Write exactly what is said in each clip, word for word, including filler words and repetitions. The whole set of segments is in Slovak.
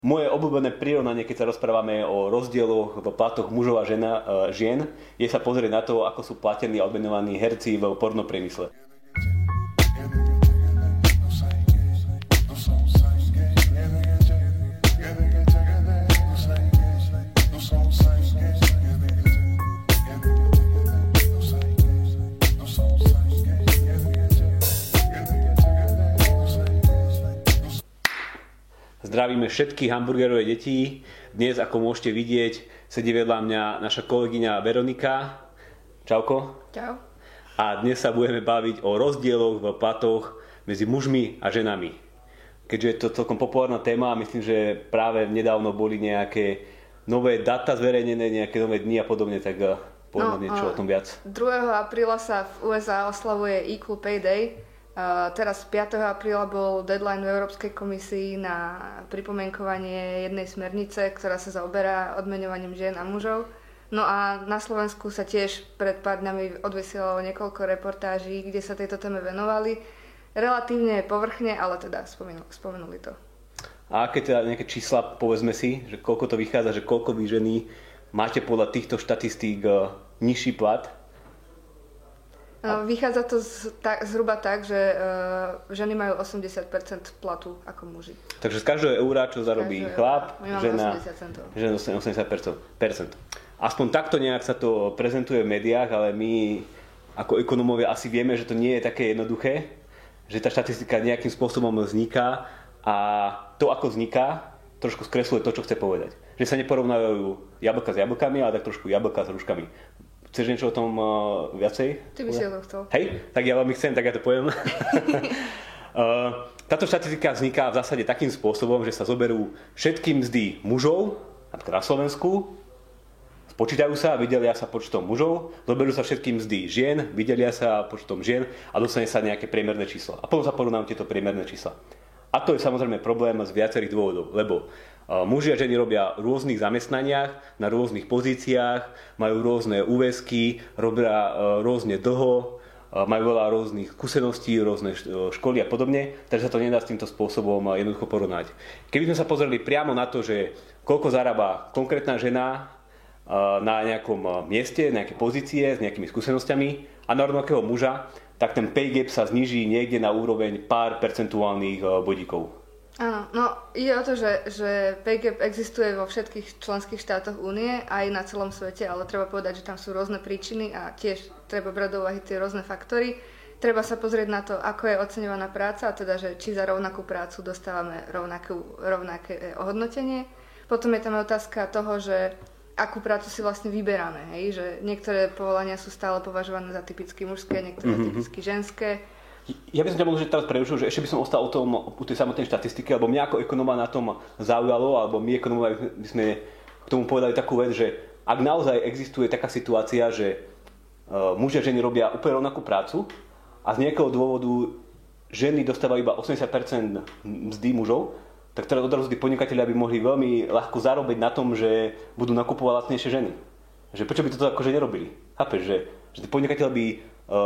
Moje obľúbené prirovnanie, keď sa rozprávame o rozdieloch v platoch mužov a žena, žien, je sa pozrieť na to, ako sú platení a odmenovaní herci v pornopriemysle. Zdravíme všetkých hamburgerové detí. Dnes, ako môžete vidieť, sedí vedľa mňa naša kolegyňa Veronika. Čauko. Čau. A dnes sa budeme baviť o rozdieloch v platoch medzi mužmi a ženami. Keďže je to celkom populárna téma, myslím, že práve nedávno boli nejaké nové dáta zverejnené, nejaké nové dni a podobne, tak poviem no, niečo o tom viac. druhého apríla sa v ú es á oslavuje Equal Pay Day. Uh, teraz piateho apríla bol deadline v Európskej komisii na pripomienkovanie jednej smernice, ktorá sa zaoberá odmeňovaním žien a mužov. No a na Slovensku sa tiež pred pár dňami odvysielalo niekoľko reportáží, kde sa tejto téme venovali. Relatívne povrchne, ale teda spomenuli, spomenuli to. A aké teda nejaké čísla, povedzme si, že koľko to vychádza, že koľko vy ženy máte podľa týchto štatistík nižší plat? Vychádza to z, tak, zhruba tak, že uh, ženy majú osemdesiat percent platu ako muži. Takže z každého eura, čo zarobí chlap, žena, žena osemdesiat percent. Aspoň takto nejak sa to prezentuje v médiách, ale my ako ekonómovia asi vieme, že to nie je také jednoduché, že tá štatistika nejakým spôsobom vzniká a to, ako vzniká, trošku skresluje to, čo chce povedať. Že sa neporovnávajú jablka s jablkami, ale tak trošku jablka s hruškami. Chceš niečo o tom uh, viacej? Ty by si o tom chcel. Hej, tak ja veľmi chcem, tak ja to poviem. uh, táto štatistika vzniká v zásade takým spôsobom, že sa zoberú všetky mzdy mužov, napríklad na Slovensku, spočítajú sa a vydelia sa počtom mužov, zoberú sa všetky mzdy žien, vydelia sa počtom žien a dostane sa nejaké priemerné číslo. A potom sa porovnajú tieto priemerné čísla. A to je samozrejme problém z viacerých dôvodov, lebo muži a ženy robia v rôznych zamestnaniach, na rôznych pozíciách, majú rôzne úväzky, robia rôzne dlho, majú veľa rôznych skúseností, rôzne školy a podobne, takže sa to nedá s týmto spôsobom jednoducho porovnať. Keby sme sa pozreli priamo na to, že koľko zarába konkrétna žena na nejakom mieste, nejaké pozície s nejakými skúsenosťami a na rovnakého muža, tak ten pay gap sa zníži niekde na úroveň pár percentuálnych bodíkov. Áno, no ide o to, že, že pay gap existuje vo všetkých členských štátoch únie, aj na celom svete, ale treba povedať, že tam sú rôzne príčiny a tiež treba brať do úvahy tie rôzne faktory. Treba sa pozrieť na to, ako je oceňovaná práca, teda, že či za rovnakú prácu dostávame rovnakú, rovnaké ohodnotenie. Potom je tam otázka toho, že akú prácu si vlastne vyberáme, hej? Že niektoré povolania sú stále považované za typicky mužské, niektoré mm-hmm. typicky ženské. Ja by som ťa možno že teraz prerušil, že ešte by som ostal o tom, u tej samotnej štatistiky, lebo mňa ako ekonóma na tom zaujalo, alebo my ekonómovia by sme k tomu povedali takú vec, že ak naozaj existuje taká situácia, že uh, muži a ženy robia úplne rovnakú prácu a z nejakého dôvodu ženy dostávajú iba osemdesiat percent mzdy mužov, tak teda odrazu tí podnikatelia by mohli veľmi ľahko zarobiť na tom, že budú nakupovať lacnejšie ženy. Že prečo by to akože nerobili? Chápeš, že, že tí podnikateľ by uh,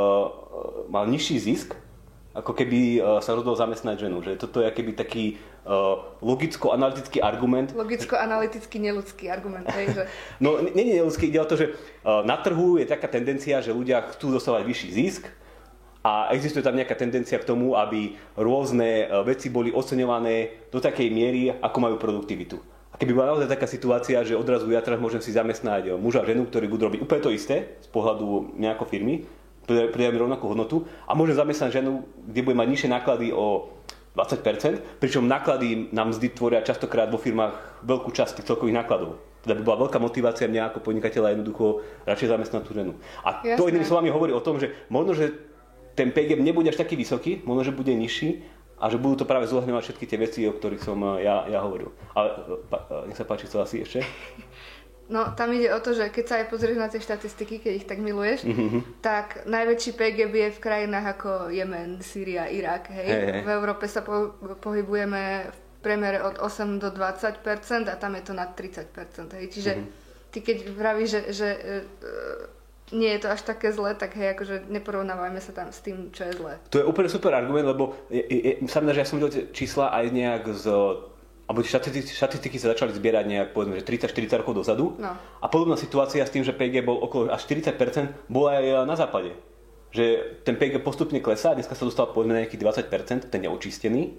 mal nižší zisk, ako keby uh, sa rozhodol zamestnať ženu. Že toto je akoby taký uh, logicko-analytický argument. Logicko-analytický neľudský argument. Hej, že... No nie je neľudský, ide o to, že uh, na trhu je taká tendencia, že ľudia chcú dostávať vyšší zisk, a existuje tam nejaká tendencia k tomu, aby rôzne veci boli oceňované do takej miery, ako majú produktivitu. A keby bola naozaj taká situácia, že odrazu ja teraz môžem si zamestnať muža a ženu, ktorí budú robiť úplne to isté z pohľadu nejakej firmy, pridajú mi rovnakú hodnotu a môžem zamestnať ženu, kde bude mať nižšie náklady o dvadsať percent, pričom náklady na mzdy tvoria častokrát vo firmách veľkú časť tých celkových nákladov. Teda by bola veľká motivácia mňa ako podnikateľa jednoducho radšej zamestnať tú ženu. A Jasné. To inými slovami hovorí o tom, že možno, že ten pay gap nebude až taký vysoký, možno, že bude nižší a že budú to práve zohľadňovať všetky tie veci, o ktorých som ja, ja hovoril. Ale nech sa páči, chcela si ešte? No, tam ide o to, že keď sa aj pozrieš na tie štatistiky, keď ich tak miluješ, mm-hmm. tak najväčší pay gap je v krajinách ako Jemen, Sýria, Irak. Hej? Hey, hey. V Európe sa po, pohybujeme v priemere od osem do dvadsať percent a tam je to nad tridsať percent. Hej? Čiže mm-hmm. ty keď vravíš, že, že e, nie je to až také zlé, tak hej, akože neporovnávajme sa tam s tým, čo je zlé. To je úplne super argument, lebo je, je, je, sa mi dá, že ja som videl čísla aj nejak z alebo tie štatistiky, štatistiky sa začali zbierať nejak, povedzme, že tridsať štyridsať rokov dozadu. No. A podobná situácia s tým, že pé gé bol okolo až štyridsať percent, bola aj na západe. Že ten pé gé postupne klesá, dneska sa dostal povedzme na nejakých dvadsať percent, ten neočistený.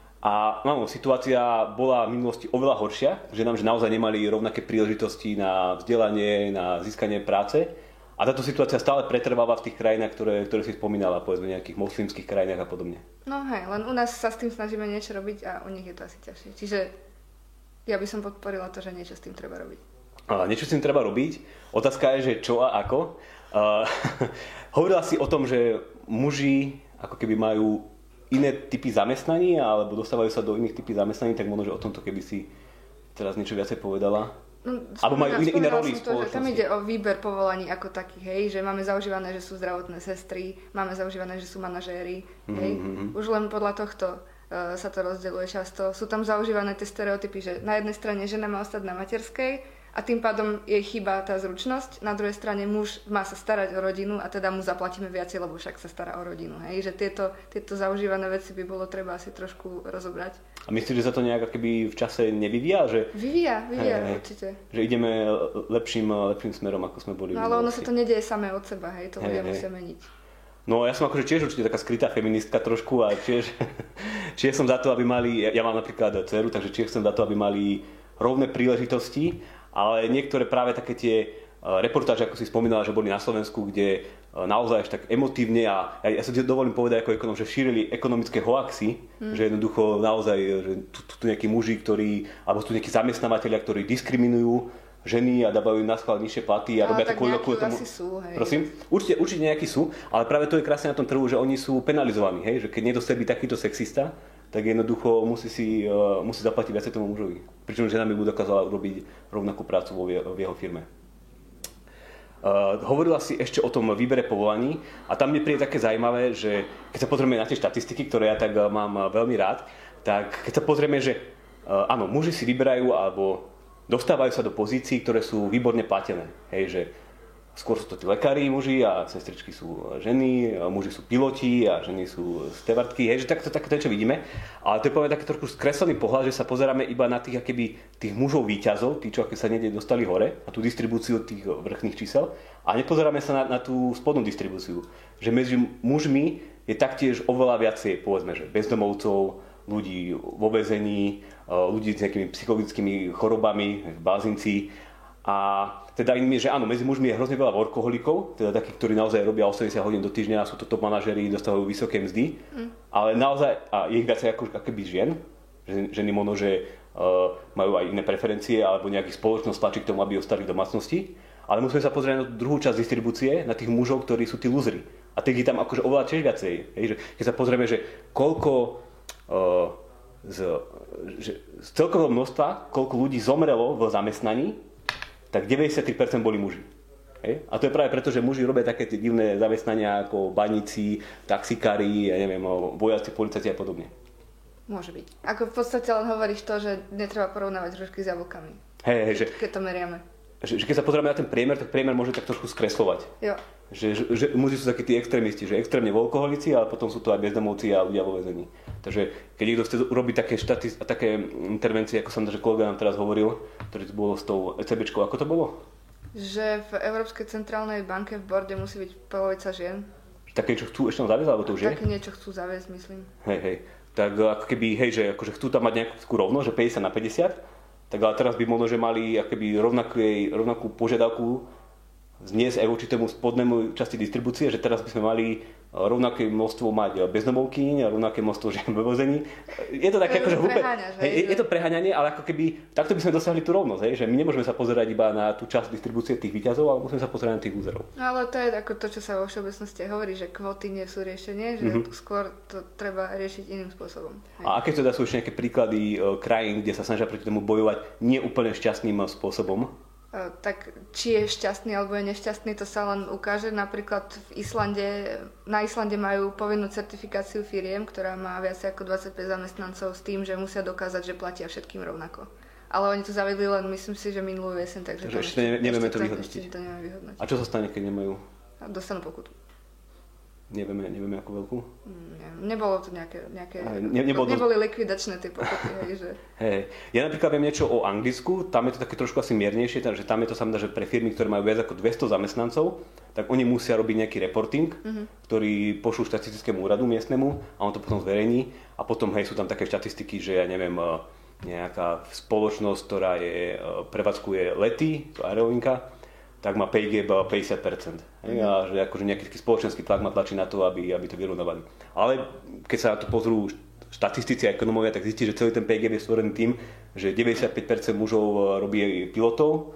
A no, situácia bola v minulosti oveľa horšia, že nám že naozaj nemali rovnaké príležitosti na vzdelanie, na získanie práce. A táto situácia stále pretrváva v tých krajinách, ktoré, ktoré si spomínala, povedzme nejakých moslimských krajinách a podobne. No hej, len u nás sa s tým snažíme niečo robiť a u nich je to asi ťažšie. Čiže ja by som podporila to, že niečo s tým treba robiť. A niečo s tým treba robiť. Otázka je, že čo a ako. Uh, hovorila si o tom, že muži ako keby majú iné typy zamestnaní alebo dostávajú sa do iných typy zamestnaní, tak možno, že o tomto keby si teraz niečo viacej povedala. No, alebo majú iné, iné roli v spoločnosti. Tam ide o výber povolaní ako takých, hej, že máme zaužívané, že sú zdravotné sestry, máme zaužívané, že sú manažéri, hej. Mm-hmm. Už len podľa tohto uh, sa to rozdeľuje často. Sú tam zaužívané tie stereotypy, že na jednej strane žena má ostať na materskej a tým pádom jej chýba tá zručnosť, na druhej strane muž má sa starať o rodinu a teda mu zaplatíme viacej, lebo však sa stará o rodinu, hej. Že tieto, tieto zaužívané veci by bolo treba asi trošku rozobrať. A myslíš, že sa to nejak keby v čase nevyvíja? Že... Vyvíja, vyvíja hej, určite. Že ideme lepším, lepším smerom, ako sme boli. No ale ono sa to nedieje samé od seba, hej, to ľudia hej, musia meniť. No ja som akože tiež určite taká skrytá feministka trošku a tiež, tiež som za to, aby mali, ja mám napríklad dceru, takže tiež som za to, aby mali rovné príležitosti, ale niektoré práve také tie reportáže, ako si spomínala, že boli na Slovensku, kde naozaj až tak emotívne a ja, ja sa dovolím povedať ako ekonom, že šírili ekonomické hoaxy, mm. že jednoducho naozaj, že tu, tu, tu nejakí muži, ktorí, alebo tu nejakí zamestnávateľia, ktorí diskriminujú ženy a dávajú im na schvál nižšie platy a no, robia to kvôli tomu. Asi sú, hej. Prosím? Určite, určite nejakí sú, ale práve to je krásne na tom trhu, že oni sú penalizovaní, hej, že keď niekto chce byť takýto sexista, tak jednoducho musí si uh, musí zaplatiť viacej tomu mužovi. Pričom žena by mu dokázala urobiť rovnakú prácu vo v jeho firme. Uh, hovorila si ešte o tom výbere povolaní a tam mi príde také zaujímavé, že keď sa pozrieme na tie štatistiky, ktoré ja tak uh, mám uh, veľmi rád, tak keď sa pozrieme, že uh, áno, muži si vyberajú alebo dostávajú sa do pozícií, ktoré sú výborne platené. Hej, že skôr sú to tí lekári muži a sestričky sú ženy, a muži sú piloti a ženy sú stevardky, hej, že takto tak, tak, čo vidíme. Ale to je povedať taký trošku skreslený pohľad, že sa pozeráme iba na tých, akéby, tých mužov výťazov, tí, čo aké sa niekde dostali hore, na tú distribúciu tých vrchných čísel a nepozeráme sa na, na tú spodnú distribúciu. Že medzi mužmi je taktiež oveľa viacej, povedzme, že bezdomovcov, ľudí vo väzení, ľudí s nejakými psychologickými chorobami, blázinci. A teda iným je, že áno, medzi mužmi je hrozne veľa workoholikov, teda takých, ktorí naozaj robia osemdesiat hodín do týždňa, sú to top manažeri, dostávajú vysoké mzdy, mm. ale naozaj, a je ich viacej ako keby žien, že ženy možno, že uh, majú aj iné preferencie, alebo nejaký spoločnosť tlačí k tomu, aby ostali v domácnosti, ale musíme sa pozrieť na druhú časť distribúcie, na tých mužov, ktorí sú tí lúzri. A tých je tam akože oveľa tiež viacej. Hej, že keď sa pozrieme, že koľko uh, z, že z celkového množstva, koľko ľudí zomrelo v zamestnaní, tak deväťdesiattri percent boli muži. Hej? A to je práve preto, že muži robia také tie divné zamestnania ako baníci, taxikári, ja neviem, vojaci, policajti a podobne. Môže byť. Ako v podstate len hovoríš to, že netreba porovnávať hrušky s jablkami. Hej, hej, že, keď to meriame. Že, že keď sa pozrieme na ten priemer, tak priemer môže tak trošku skreslovať. Jo. Že, že, že muži sú takí tí extrémisti, že extrémne voľkoholici, ale potom sú to aj bezdomovci a ľudia vo väzení. Takže keď niekto chce urobiť také, štaty, také intervencie, ako som že kolega nám teraz hovoril, ktorý tu bolo s tou ECBčkou, ako to bolo? Že v Európskej centrálnej banke v borde musí byť polovica žien. Také, čo chcú ešte zaviesť, alebo to už je? Také niečo chcú zaviesť, myslím. Hej, hej. Tak ako keby, hej, že akože chcú tam mať nejakú rovno, že päťdesiat na päťdesiat, tak ale teraz by možno, že mali akoby rovnakú, rovnakú požiadavku zniesť aj určitému spodnému časti distribúcie, že teraz by sme mali rovnaké množstvo mať bezdomovkyň a rovnaké množstvo žien vo väzení. Je to také akože hlúpe. Je, je to preháňanie, ale ako keby takto by sme dosiahli tú rovnosť, hej? Že my nemôžeme sa pozerať iba na tú časť distribúcie tých výťazov, ale musíme sa pozerať na tých lúzerov. No ale to je ako to, čo sa vo všeobecnosti hovorí, že kvóty nie sú riešenie, že mm-hmm. skôr to treba riešiť iným spôsobom. Hej. A aké teda sú ešte nejaké príklady e, krajín, kde sa snažia proti tomu bojovať nie úplne šťastným spôsobom? Tak či je šťastný alebo je nešťastný, to sa len ukáže. Napríklad v Islande, na Islande majú povinnú certifikáciu firiem, ktorá má viac ako dvadsaťpäť zamestnancov s tým, že musia dokázať, že platia všetkým rovnako. Ale oni to zavedli len, myslím si, že minulú jeseň, takže ešte, ešte ne, nevieme to vyhodnotiť. To nevieme vyhodnotiť. A čo sa stane, keď nemajú? A dostanú pokutu. Nevieme, nevieme ako veľkú. Mm, nebolo to nejaké, nejaké ne, nebolo neboli to... likvidačné tie pokuty. Hej, že... Hey. Ja napríklad viem niečo o Anglicku, tam je to také trošku asi miernejšie, takže tam je to samozrejme, že pre firmy, ktoré majú viac ako dvesto zamestnancov, tak oni musia robiť nejaký reporting, mm-hmm. ktorý pošlú štatistickému úradu miestnemu a on to potom zverejní a potom hej, sú tam také štatistiky, že ja neviem, nejaká spoločnosť, ktorá je, prevádzkuje lety, to aerolinka, tak má pay gap päťdesiat percent. Mm. A že akože nejaký spoločenský tlak ma tlačí na to, aby, aby to vyrovnávali. Ale keď sa na to pozrú štatistici a ekonomovia, tak zistí, že celý ten pay gap je stvorený tým, že deväťdesiatpäť percent mužov robí pilotov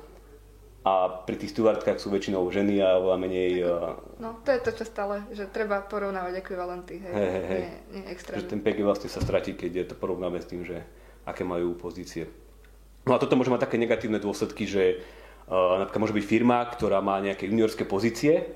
a pri tých stewardkách sú väčšinou ženy a oveľa menej... No, to je to, čo stále, že treba porovnávať ekvivalenty, hej, hey, hey, hey. Nie, nie extrémne. Že ten pay gap vlastne sa stratí, keď to porovnáme s tým, že aké majú pozície. No a toto môže mať také negatívne dôsledky, že Uh, napríklad môže byť firma, ktorá má nejaké juniorské pozície,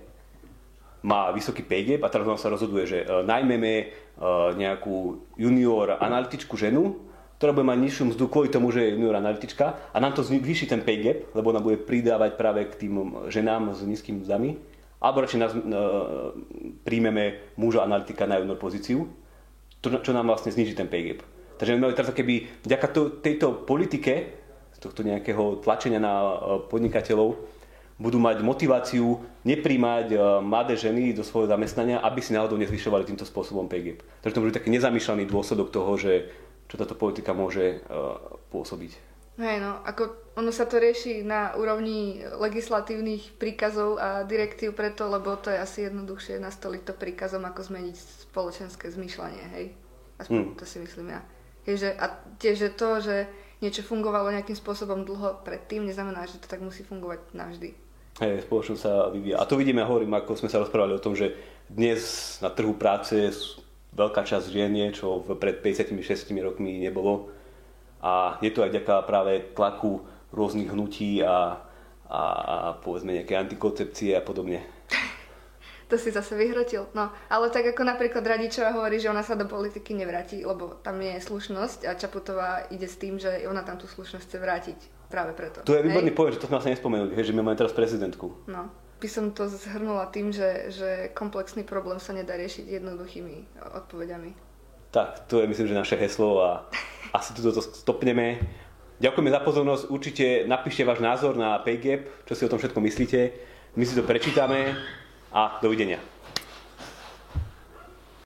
má vysoký pay gap a teraz sa rozhoduje, že uh, najmeme uh, nejakú junior analytičku ženu, ktorá bude mať nižšiu mzdu kvôli tomu, že je junior analytička a nám to zvýši ten pay gap, lebo ona bude pridávať práve k tým ženám s nízkymi mzdami. Alebo radšej nás, uh, príjmeme muža analytika na junior pozíciu, to, čo nám vlastne zniží ten pay gap. Takže my máme teraz keby vďaka to, tejto politike tohto nejakého tlačenia na podnikateľov budú mať motiváciu nepríjmať mladé ženy do svojho zamestnania, aby si náhodou nezvyšovali týmto spôsobom pay gap. Takže to môže byť taký nezamýšľaný dôsledok toho, že čo táto politika môže pôsobiť. Hej, no, ako ono sa to rieši na úrovni legislatívnych príkazov a direktív preto, lebo to je asi jednoduchšie nastoliť to príkazom, ako zmeniť spoločenské zmýšľanie, hej. Aspoň hmm. to si myslím ja. Hej, že, a tiež je to, že niečo fungovalo nejakým spôsobom dlho predtým, neznamená, že to tak musí fungovať navždy. Hej, spoločnosť sa vyvíja. A to vidíme, hovorím, ako sme sa rozprávali o tom, že dnes na trhu práce veľká časť žien je, čo pred päťdesiatšesť rokmi nebolo. A je to aj vďaka práve tlaku rôznych hnutí a, a, a povedzme nejaké antikoncepcie a podobne. To si zase vyhrotil. No, ale tak ako napríklad Radičová hovorí, že ona sa do politiky nevráti, lebo tam je slušnosť a Čaputová ide s tým, že ona tam tú slušnosť chce vrátiť práve preto. To je výborný pojem, že to sme vlastne nespomenuli, že my máme teraz prezidentku. No, by som to zhrnula tým, že, že komplexný problém sa nedá riešiť jednoduchými odpovediami. Tak, to je myslím, že naše heslo a asi tu to stopneme. Ďakujeme za pozornosť, určite napíšte váš názor na pay gap, čo si o tom všetko myslíte. My si to prečítame. A dovidenia.